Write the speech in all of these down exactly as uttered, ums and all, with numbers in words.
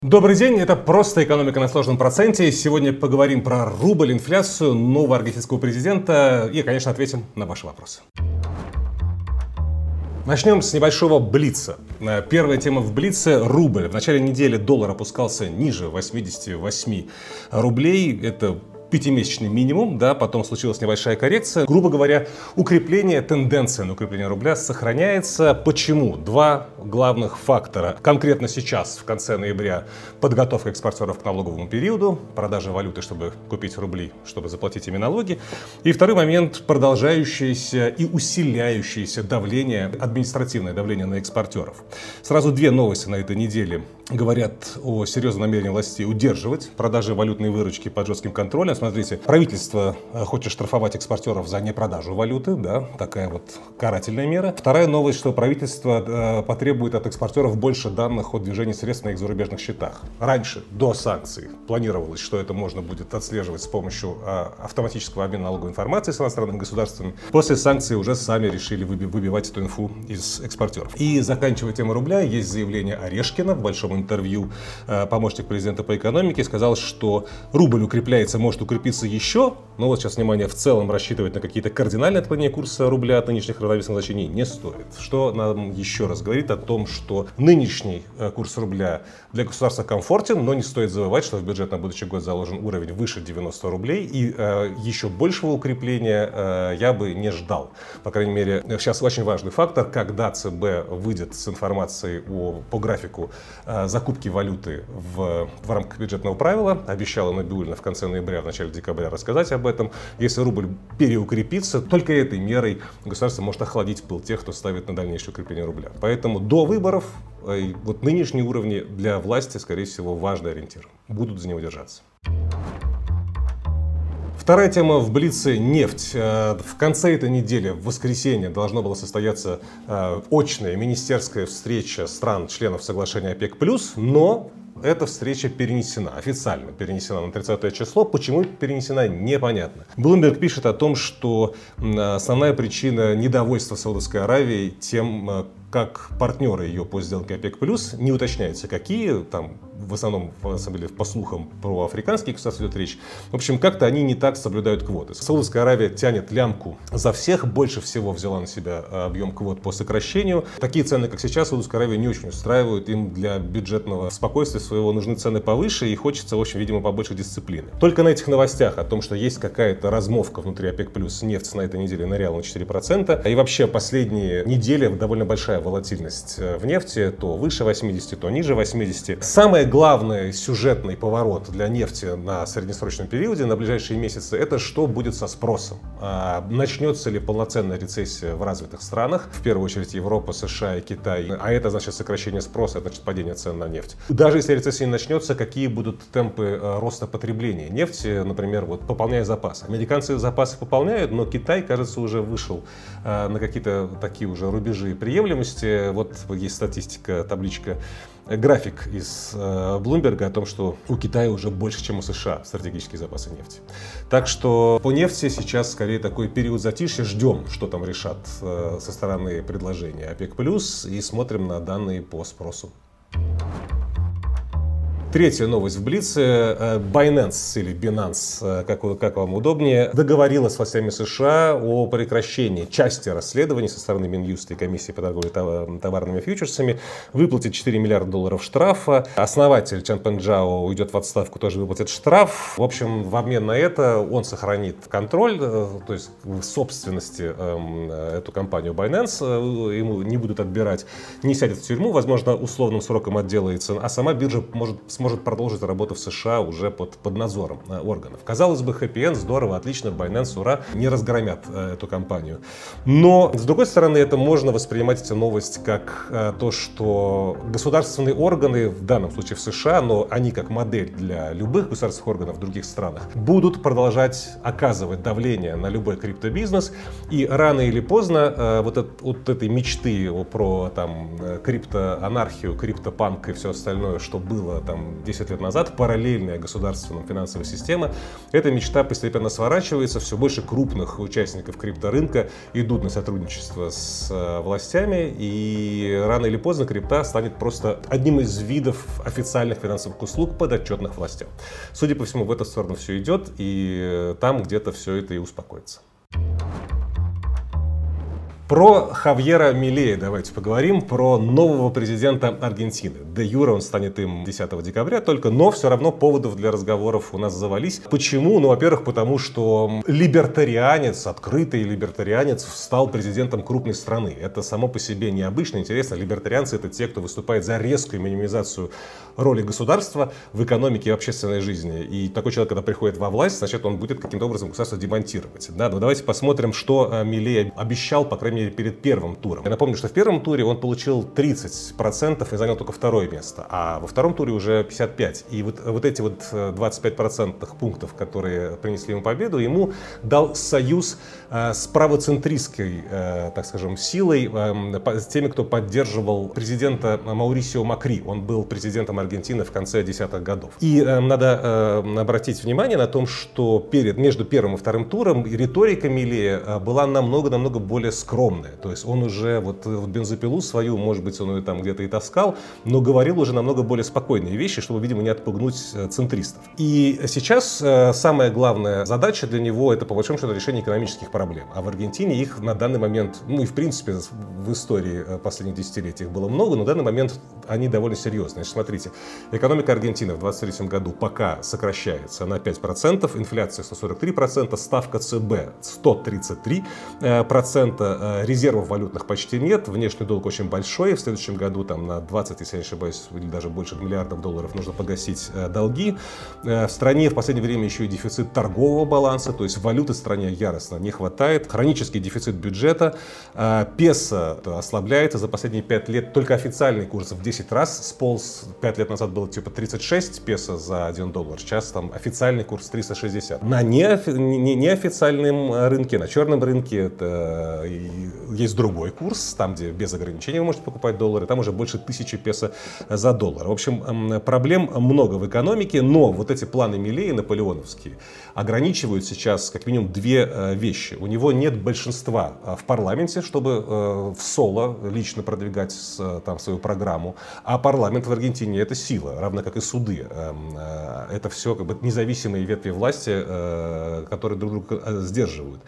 Добрый день, это «Просто экономика на сложном проценте». Сегодня поговорим про рубль, инфляцию, нового аргентинского президента и, конечно, ответим на ваши вопросы. Начнем с небольшого блица. Первая тема в блице – рубль. В начале недели доллар опускался ниже восьмидесяти восьми рублей. Это пятимесячный минимум, да, потом случилась небольшая коррекция. Грубо говоря, укрепление, тенденция на укрепление рубля сохраняется. Почему? Два главных фактора. Конкретно сейчас, в конце ноября, подготовка экспортеров к налоговому периоду, продажа валюты, чтобы купить рубли, чтобы заплатить ими налоги. И второй момент – продолжающееся и усиляющееся давление, административное давление на экспортеров. Сразу две новости на этой неделе говорят о серьезном намерении властей удерживать продажи валютной выручки под жестким контролем. Смотрите, правительство хочет штрафовать экспортеров за непродажу валюты, да, такая вот карательная мера. Вторая новость, что правительство э, потребует от экспортеров больше данных о движении средств на их зарубежных счетах. Раньше, до санкций, планировалось, что это можно будет отслеживать с помощью э, автоматического обмена налоговой информацией с иностранными государствами. После санкций уже сами решили выби- выбивать эту инфу из экспортеров. И заканчивая тему рубля, есть заявление Орешкина в большом интервью. Э, помощник президента по экономике сказал, что рубль укрепляется, может укрепиться еще, но вот сейчас, внимание, в целом рассчитывать на какие-то кардинальные отклонения курса рубля от нынешних равновесных значений не стоит. Что нам еще раз говорит о том, что нынешний курс рубля для государства комфортен, но не стоит забывать, что в бюджет на будущий год заложен уровень выше девяноста рублей, и э, еще большего укрепления э, я бы не ждал. По крайней мере, сейчас очень важный фактор, когда ЦБ выйдет с информацией о, по графику э, закупки валюты в, в рамках бюджетного правила, обещала Набиуллина в конце ноября, в начале декабря рассказать об этом. Если рубль переукрепится, только этой мерой государство может охладить пыл тех, кто ставит на дальнейшее укрепление рубля. Поэтому до выборов вот нынешние уровни для власти, скорее всего, важный ориентир. Будут за него держаться. Вторая тема в блице – нефть. В конце этой недели, в воскресенье, должна была состояться очная министерская встреча стран-членов соглашения ОПЕК+, но эта встреча перенесена, официально перенесена на тридцатое число. Почему перенесена, непонятно. Bloomberg пишет о том, что основная причина недовольства Саудовской Аравией тем, как партнеры ее по сделке ОПЕК+, не уточняется какие, там в основном, на самом деле, по слухам про африканские государства идет речь. В общем, как-то они не так соблюдают квоты. Саудовская Аравия тянет лямку за всех, больше всего взяла на себя объем квот по сокращению. Такие цены, как сейчас, Саудовская Аравия не очень устраивают. Им для бюджетного спокойствия своего нужны цены повыше, и хочется, в общем, видимо, побольше дисциплины. Только на этих новостях о том, что есть какая-то размовка внутри ОПЕК+, нефть на этой неделе ныряла на четыре процента. И вообще последние недели довольно большая волатильность в нефти, то выше восьмидесяти, то ниже восьмидесяти. Самое главный сюжетный поворот для нефти на среднесрочном периоде, на ближайшие месяцы, это что будет со спросом. А, начнется ли полноценная рецессия в развитых странах, в первую очередь Европа, США и Китай, а это значит сокращение спроса, это значит падение цен на нефть. Даже если рецессия не начнется, какие будут темпы роста потребления нефти, например, вот пополняя запасы. Американцы запасы пополняют, но Китай, кажется, уже вышел а, на какие-то такие уже рубежи приемлемости. Вот есть статистика, табличка, график из э, Bloomberg о том, что у Китая уже больше, чем у США стратегические запасы нефти. Так что по нефти сейчас скорее такой период затишья. Ждем, что там решат э, со стороны предложения ОПЕК+, и смотрим на данные по спросу. Третья новость в блице. Binance или Binance, как, как вам удобнее, договорилась с властями США о прекращении части расследований со стороны Минюста и комиссии по торговле товарными фьючерсами, выплатит четыре миллиарда долларов штрафа. Основатель Чанпен Чжао уйдет в отставку, тоже выплатит штраф. В общем, в обмен на это он сохранит контроль, то есть в собственности эту компанию Binance, ему не будут отбирать, не сядет в тюрьму, возможно, условным сроком отделается, а сама биржа может сможет продолжить работу в США уже под, под надзором э, органов. Казалось бы, хэппи-энд, здорово, отлично, Binance, ура, не разгромят э, эту компанию. Но, с другой стороны, это можно воспринимать эти новости как э, то, что государственные органы, в данном случае в США, но они как модель для любых государственных органов в других странах, будут продолжать оказывать давление на любой криптобизнес, и рано или поздно э, вот, от, вот этой мечты про там криптоанархию, криптопанк и все остальное, что было там там, десять лет назад, параллельная государственным финансовой системе. Эта мечта постепенно сворачивается, все больше крупных участников крипторынка идут на сотрудничество с властями, и рано или поздно крипта станет просто одним из видов официальных финансовых услуг, подотчетных властям. Судя по всему, в эту сторону все идет, и там где-то все это и успокоится. Про Хавьера Милея давайте поговорим, про нового президента Аргентины. Де юре он станет им десятого декабря только, но все равно поводов для разговоров у нас завались. Почему? Ну, во-первых, потому что либертарианец, открытый либертарианец стал президентом крупной страны. Это само по себе необычно, интересно. Либертарианцы — это те, кто выступает за резкую минимизацию роли государства в экономике и общественной жизни. И такой человек, когда приходит во власть, значит, он будет каким-то образом государство демонтировать. Да, но давайте посмотрим, что Милей обещал, по крайней мере, перед первым туром. Я напомню, что в первом туре он получил тридцать процентов и занял только второе место, а во втором туре уже пятьдесят пять процентов. И вот, вот эти вот двадцать пять процентных пунктов, которые принесли ему победу, ему дал союз э, с правоцентристской, э, так скажем, силой, э, с теми, кто поддерживал президента Маурисио Макри. Он был президентом Аргентины в конце десятых годов. И э, надо э, обратить внимание на том, что перед, между первым и вторым туром риторика Милея была намного-намного более скромная. То есть он уже вот, вот бензопилу свою, может быть, он ее там где-то и таскал, но говорил уже намного более спокойные вещи, чтобы, видимо, не отпугнуть центристов. И сейчас э, самая главная задача для него — это, по большому счету, решение экономических проблем. А в Аргентине их на данный момент, ну и в принципе в истории последних десятилетий их было много, но на данный момент они довольно серьезные. Значит, смотрите, экономика Аргентины в двадцать третьем году пока сокращается на пять процентов, инфляция сто сорок три процента, ставка ЦБ сто тридцать три процента, резервов валютных почти нет, внешний долг очень большой, в следующем году там на двадцать, если я не ошибаюсь, или даже больше миллиардов долларов нужно погасить э, долги. Э, в стране в последнее время еще и дефицит торгового баланса, то есть валюты в стране яростно не хватает, хронический дефицит бюджета, э, песо ослабляется за последние пять лет, только официальный курс в десять раз сполз, пять лет назад было типа тридцать шесть песо за один доллар, сейчас там официальный курс триста шестьдесят. На неофи- не, неофициальном рынке, на черном рынке это есть другой курс, там, где без ограничений вы можете покупать доллары, там уже больше тысячи песо за доллар. В общем, проблем много в экономике, но вот эти планы Милея наполеоновские ограничивают сейчас как минимум две вещи. У него нет большинства в парламенте, чтобы в соло лично продвигать там свою программу, а парламент в Аргентине — это сила, равно как и суды. Это все как бы независимые ветви власти, которые друг друга сдерживают.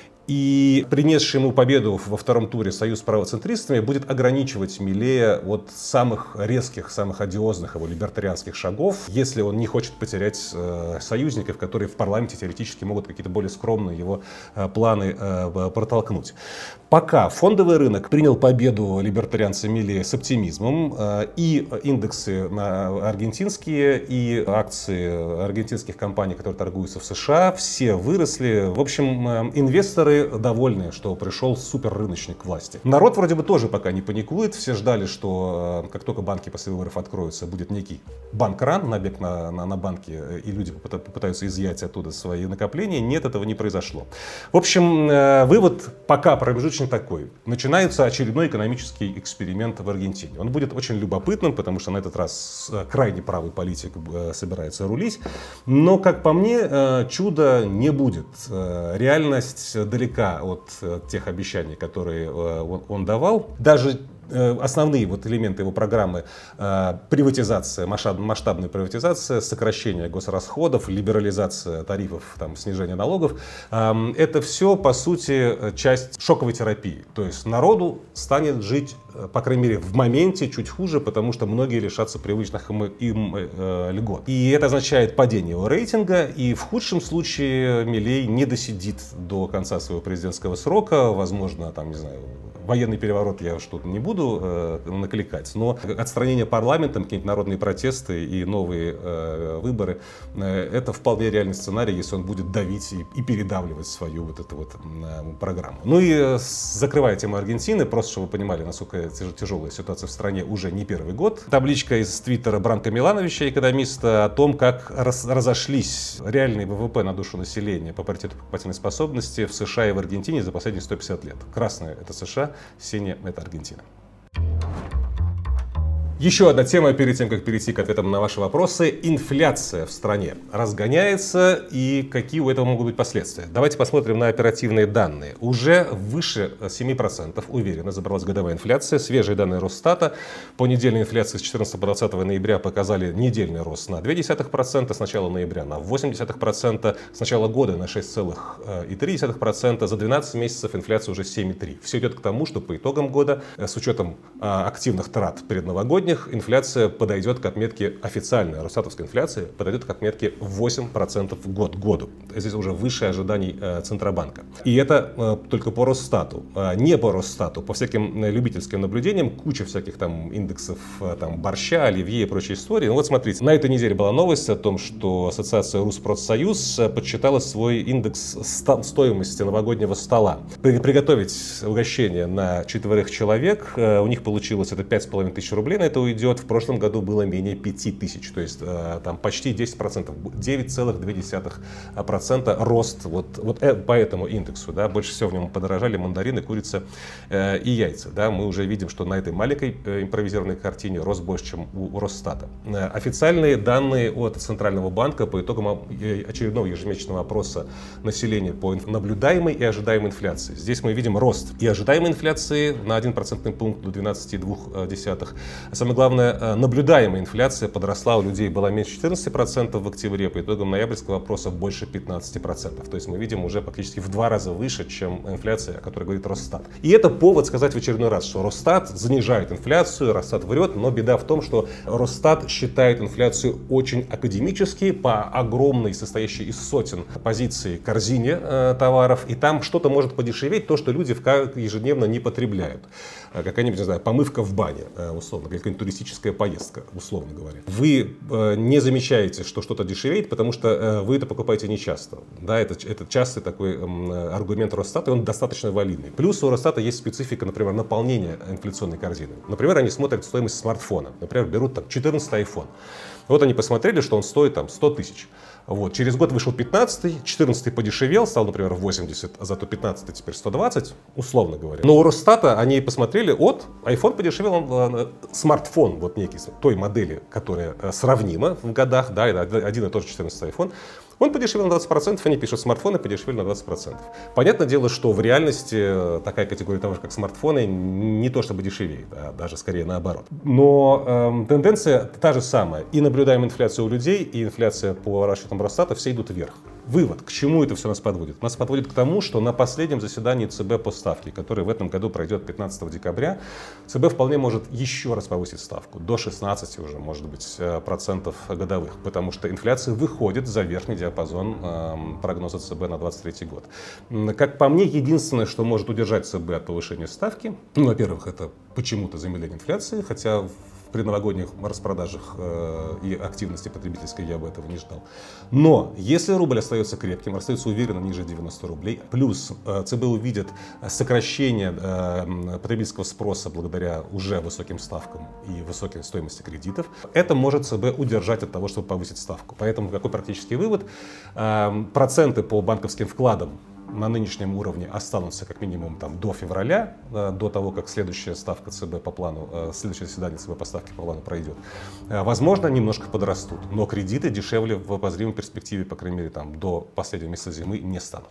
И принесший ему победу во втором туре союз с правоцентристами будет ограничивать Милея от самых резких, самых одиозных его либертарианских шагов, если он не хочет потерять э, союзников, которые в парламенте теоретически могут какие-то более скромные его э, планы э, протолкнуть. Пока фондовый рынок принял победу либертарианца Милея с оптимизмом, э, и индексы на аргентинские, и акции аргентинских компаний, которые торгуются в США, все выросли. В общем, э, инвесторы довольны, что пришел суперрыночник к власти. Народ вроде бы тоже пока не паникует. Все ждали, что э, как только банки после выборов откроются, будет некий банк-ран, набег на, на, на банки, и люди попытаются изъять оттуда свои накопления. Нет, этого не произошло. В общем, э, вывод пока промежуточный такой. Начинается очередной экономический эксперимент в Аргентине. Он будет очень любопытным, потому что на этот раз крайне правый политик э, собирается рулить. Но, как по мне, э, чуда не будет. Э, реальность далеко от тех обещаний, которые он, он давал. Даже основные вот элементы его программы — приватизация, масштабная приватизация, сокращение госрасходов, либерализация тарифов, там, снижение налогов — это все, по сути, часть шоковой терапии. То есть народу станет жить, по крайней мере, в моменте чуть хуже, потому что многие лишатся привычных им, им э, льгот. И это означает падение его рейтинга, и в худшем случае Милей не досидит до конца своего президентского срока, возможно, там, не знаю, военный переворот я что-то не буду э, накликать, но отстранение парламента, какие-нибудь народные протесты и новые э, выборы э, — это вполне реальный сценарий, если он будет давить и, и передавливать свою вот эту вот э, программу. Ну и э, закрывая тему Аргентины, просто чтобы вы понимали, насколько тяжелая ситуация в стране уже не первый год. Табличка из твиттера Бранко Милановича, экономиста, о том, как раз, разошлись реальные вэ вэ пэ на душу населения по паритету покупательной способности в США и в Аргентине за последние сто пятьдесят лет. Красное — это США, синяя — это Аргентина. Еще одна тема перед тем, как перейти к ответам на ваши вопросы. Инфляция в стране разгоняется, и какие у этого могут быть последствия? Давайте посмотрим на оперативные данные. Уже выше семи процентов уверенно забралась годовая инфляция. Свежие данные Росстата по недельной инфляции с четырнадцатого по двадцатое ноября показали недельный рост на ноль целых две десятых процента, с начала ноября на восемь целых пять десятых процента, с начала года на шесть целых три десятых процента, за двенадцать месяцев инфляция уже семь целых три десятых процента. Все идет к тому, что по итогам года, с учетом активных трат предновогодних, инфляция подойдет к отметке, официальная росстатовская инфляция подойдет к отметке восемь процентов год к году. Здесь уже выше ожиданий э, Центробанка. И это э, только по Росстату. Э, не по Росстату, по всяким любительским наблюдениям, куча всяких там индексов э, там, борща, оливье и прочей истории. Ну вот смотрите, на этой неделе была новость о том, что ассоциация Rusпродсоюз подсчитала свой индекс ста- стоимости новогоднего стола. При- приготовить угощение на четверых человек, э, у них получилось это пять с половиной тысяч рублей на это уйдет. В прошлом году было менее пяти тысяч, то есть э, там почти десять процентов, девять целых две десятых процента рост вот, вот э, по этому индексу. Да, больше всего в нем подорожали мандарины, курица э, и яйца. Да, мы уже видим, что на этой маленькой э, импровизированной картине рост больше, чем у, у Росстата. Э, официальные данные от Центрального банка по итогам очередного ежемесячного опроса населения по наблюдаемой и ожидаемой инфляции. Здесь мы видим рост и ожидаемой инфляции на один процентный пункт до двенадцати целых двух десятых. Самое главное, наблюдаемая инфляция подросла у людей, была меньше четырнадцати процентов в октябре, по итогам ноябрьского опроса больше пятнадцати процентов. То есть мы видим уже практически в два раза выше, чем инфляция, о которой говорит Росстат. И это повод сказать в очередной раз, что Росстат занижает инфляцию, Росстат врет, но беда в том, что Росстат считает инфляцию очень академически, по огромной, состоящей из сотен позиций корзине э, товаров, и там что-то может подешеветь, то, что люди ежедневно не потребляют. Какая-нибудь, не знаю, помывка в бане, условно, или какая-нибудь туристическая поездка, условно говоря. Вы э, не замечаете, что что-то дешевеет, потому что э, вы это покупаете нечасто. Да, это, это частый такой э, аргумент Росстата, и он достаточно валидный. Плюс у Росстата есть специфика, например, наполнения инфляционной корзины. Например, они смотрят стоимость смартфона. Например, берут там четырнадцатый айфон. Вот они посмотрели, что он стоит там сто тысяч. Вот. Через год вышел пятнадцатый, четырнадцатый подешевел, стал, например, восемьдесят, а зато пятнадцатый теперь сто двадцать, условно говоря. Но у Росстата они посмотрели, от iPhone подешевел, он, смартфон вот некий, той модели, которая сравнима в годах, да, это один и тот же четырнадцатый iPhone, он подешевел на двадцать процентов, они пишут, смартфоны подешевели на двадцать процентов. Понятное дело, что в реальности такая категория товаров, как смартфоны, не то чтобы дешевеет, а даже скорее наоборот. Но эм, тенденция та же самая. И наблюдаем инфляцию у людей, и инфляция по расчетам Росстата, все идут вверх. Вывод, к чему это все нас подводит? Нас подводит к тому, что на последнем заседании ЦБ по ставке, которое в этом году пройдет пятнадцатого декабря, ЦБ вполне может еще раз повысить ставку, до шестнадцати уже, может быть, процентов годовых, потому что инфляция выходит за верхний диапазон э, прогноза ЦБ на двадцать третий год. Как по мне, единственное, что может удержать ЦБ от повышения ставки, ну, во-первых, это почему-то замедление инфляции, хотя в предновогодних распродажах э, и активности потребительской я бы этого не ждал. Но если рубль остается крепким, остается уверенно ниже девяноста рублей, плюс э, ЦБ увидит сокращение э, потребительского спроса благодаря уже высоким ставкам и высокой стоимости кредитов, это может ЦБ удержать от того, чтобы повысить ставку. Поэтому какой практический вывод? Э, проценты по банковским вкладам на нынешнем уровне останутся как минимум там, до февраля, до того, как следующая ставка ЦБ по плану, следующее заседание ЦБ по ставке по плану пройдет. Возможно, немножко подрастут, но кредиты дешевле в обозримой перспективе, по крайней мере, там, до последнего месяца зимы не станут.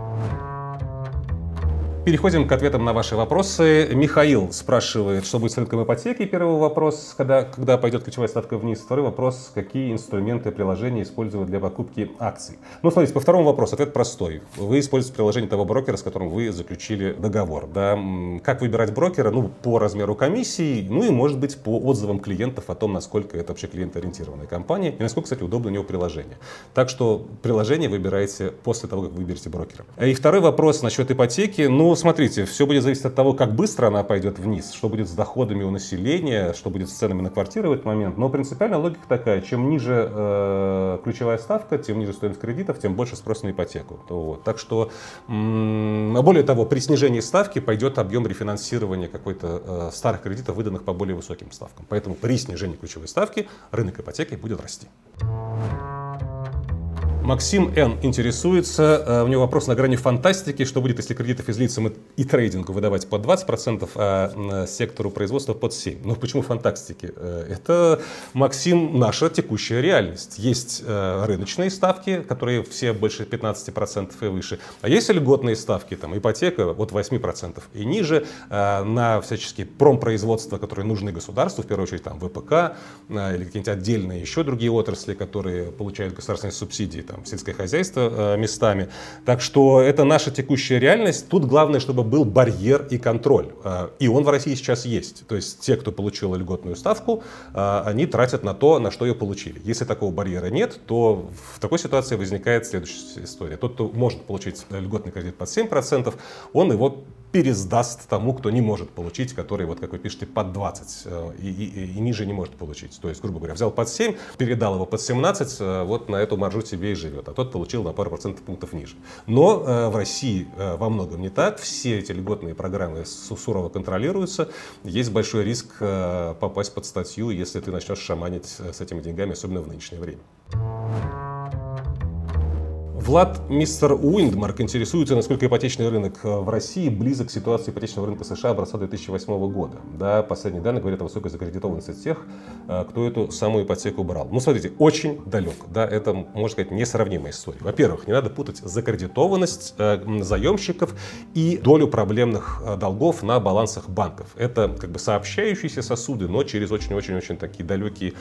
Переходим к ответам на ваши вопросы. Михаил спрашивает, что будет с рынком ипотеки. Первый вопрос, когда, когда пойдет ключевая ставка вниз. Второй вопрос, какие инструменты приложения использовать для покупки акций. Ну, смотрите, по второму вопросу ответ простой. Вы используете приложение того брокера, с которым вы заключили договор. Да? Как выбирать брокера? Ну, по размеру комиссии, ну и, может быть, по отзывам клиентов о том, насколько это вообще клиентоориентированная компания и насколько, кстати, удобно у него приложение. Так что приложение выбираете после того, как выберете брокера. И второй вопрос насчет ипотеки. Ну, смотрите, все будет зависеть от того, как быстро она пойдет вниз, что будет с доходами у населения, что будет с ценами на квартиры в этот момент. Но принципиальная логика такая: чем ниже э, ключевая ставка, тем ниже стоимость кредитов, тем больше спрос на ипотеку. Вот. Так что, м- более того, при снижении ставки пойдет объем рефинансирования какой-то э, старых кредитов, выданных по более высоким ставкам. Поэтому при снижении ключевой ставки рынок ипотеки будет расти. Максим Н. интересуется, у него вопрос на грани фантастики, что будет, если кредиты физлицам и трейдингу выдавать под двадцать процентов, а сектору производства под семь процентов. Ну почему фантастики? Это, Максим, наша текущая реальность. Есть рыночные ставки, которые все больше пятнадцати процентов и выше, а есть льготные ставки, там ипотека от восьми процентов и ниже, на всяческие промпроизводства, которые нужны государству, в первую очередь там ВПК или какие-нибудь отдельные еще другие отрасли, которые получают государственные субсидии, там, сельское хозяйство э, местами. Так что это наша текущая реальность. Тут главное, чтобы был барьер и контроль. Э, и он в России сейчас есть. То есть те, кто получил льготную ставку, э, они тратят на то, на что ее получили. Если такого барьера нет, то в такой ситуации возникает следующая история. Тот, кто может получить льготный кредит под семь процентов, он его пересдаст тому, кто не может получить, который, вот как вы пишете, под двадцать и, и, и ниже не может получить. То есть, грубо говоря, взял под семь, передал его под семнадцать, вот на эту маржу себе и живет, а тот получил на пару процентных пунктов ниже. Но э, в России э, во многом не так. Все эти льготные программы сурово контролируются. Есть большой риск э, попасть под статью, если ты начнешь шаманить с этими деньгами, особенно в нынешнее время. Влад Мистер Уиндмарк интересуется, насколько ипотечный рынок в России близок к ситуации ипотечного рынка США образца две тысячи восьмого года. Да, последние данные говорят о высокой закредитованности тех, кто эту самую ипотеку брал. Ну, смотрите, очень далек. Да, это, можно сказать, несравнимая история. Во-первых, не надо путать закредитованность э, заемщиков и долю проблемных э, долгов на балансах банков. Это как бы сообщающиеся сосуды, но через очень-очень-очень такие далекие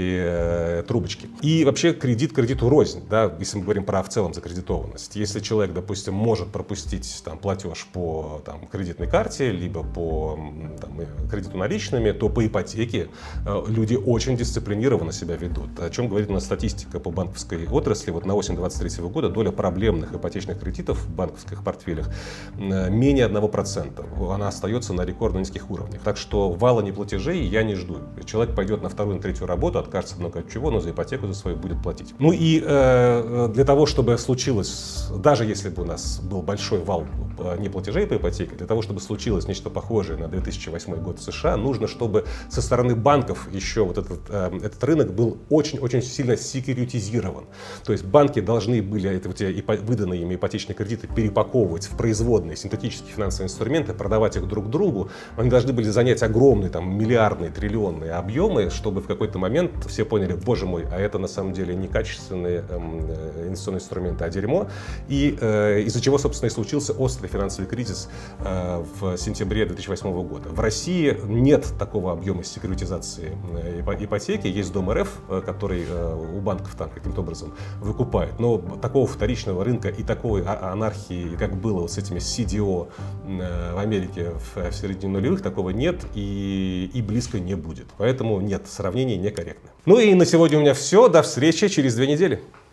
э, трубочки. И вообще кредит кредиту рознь, да, если мы говорим про в целом закредитованность. Если человек, допустим, может пропустить там, платеж по там, кредитной карте, либо по там, кредиту наличными, то по ипотеке э, люди очень дисциплинированно себя ведут. О чем говорит у нас статистика по банковской отрасли. Вот на осень две тысячи двадцать третьего года доля проблемных ипотечных кредитов в банковских портфелях э, менее одного процента. Она остается на рекордно низких уровнях. Так что вала неплатежей я не жду. Человек пойдет на вторую, на третью работу, откажется много от чего, но за ипотеку за свою будет платить. Ну и э, для того, чтобы случилось, даже если бы у нас был большой вал неплатежей по ипотеке, для того, чтобы случилось нечто похожее на две тысячи восьмой год в США, нужно, чтобы со стороны банков еще вот этот, э, этот рынок был очень-очень сильно секьюритизирован. То есть банки должны были эти, эти выданные ими ипотечные кредиты перепаковывать в производные синтетические финансовые инструменты, продавать их друг другу. Они должны были занять огромные, там, миллиардные, триллионные объемы, чтобы в какой-то момент все поняли, боже мой, а это на самом деле не качественные э, инвестиционные инструменты, а дерьмо. И э, из-за чего, собственно, и случился острый финансовый кризис э, в сентябре две тысячи восьмого года. В России нет такого объема секьюритизации ипотеки. Есть Дом эр эф, который э, у банков там каким-то образом выкупает. Но такого вторичного рынка и такой анархии, как было вот с этими си ди о э, в Америке в, в середине нулевых, такого нет и, и близко не будет. Поэтому нет, сравнение некорректно. Ну и на сегодня у меня все. До встречи через две недели.